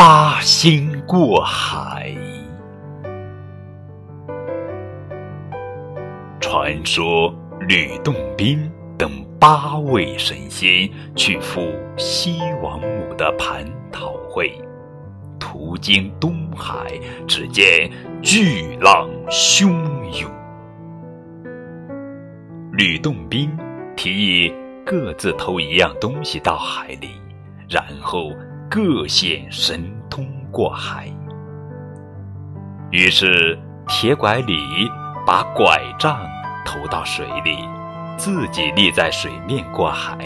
八仙过海。传说吕洞宾等8位神仙去赴西王母的蟠桃会，途经东海，只见巨浪汹涌。吕洞宾提议各自投一样东西到海里，然后各显神通过海。于是铁拐李把拐杖投到水里，自己立在水面过海。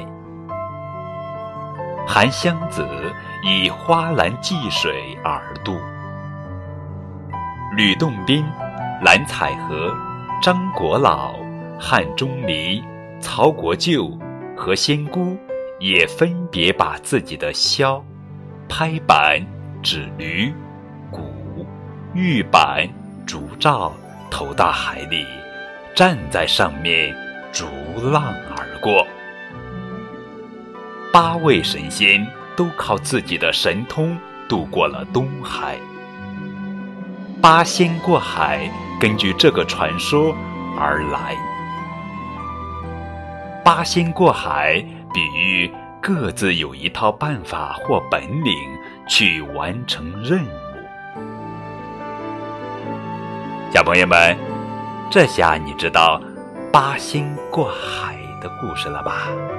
韩湘子以花篮济水而渡。吕洞宾、蓝采和、张国老、汉钟离、曹国舅和仙姑也分别把自己的箫、拍板、纸驴、鼓、玉板、竹杖投到海里，站在上面逐浪而过。8位神仙都靠自己的神通渡过了东海。八仙过海根据这个传说而来。八仙过海比喻各自有一套办法或本领去完成任务。小朋友们，这下你知道八仙过海的故事了吧？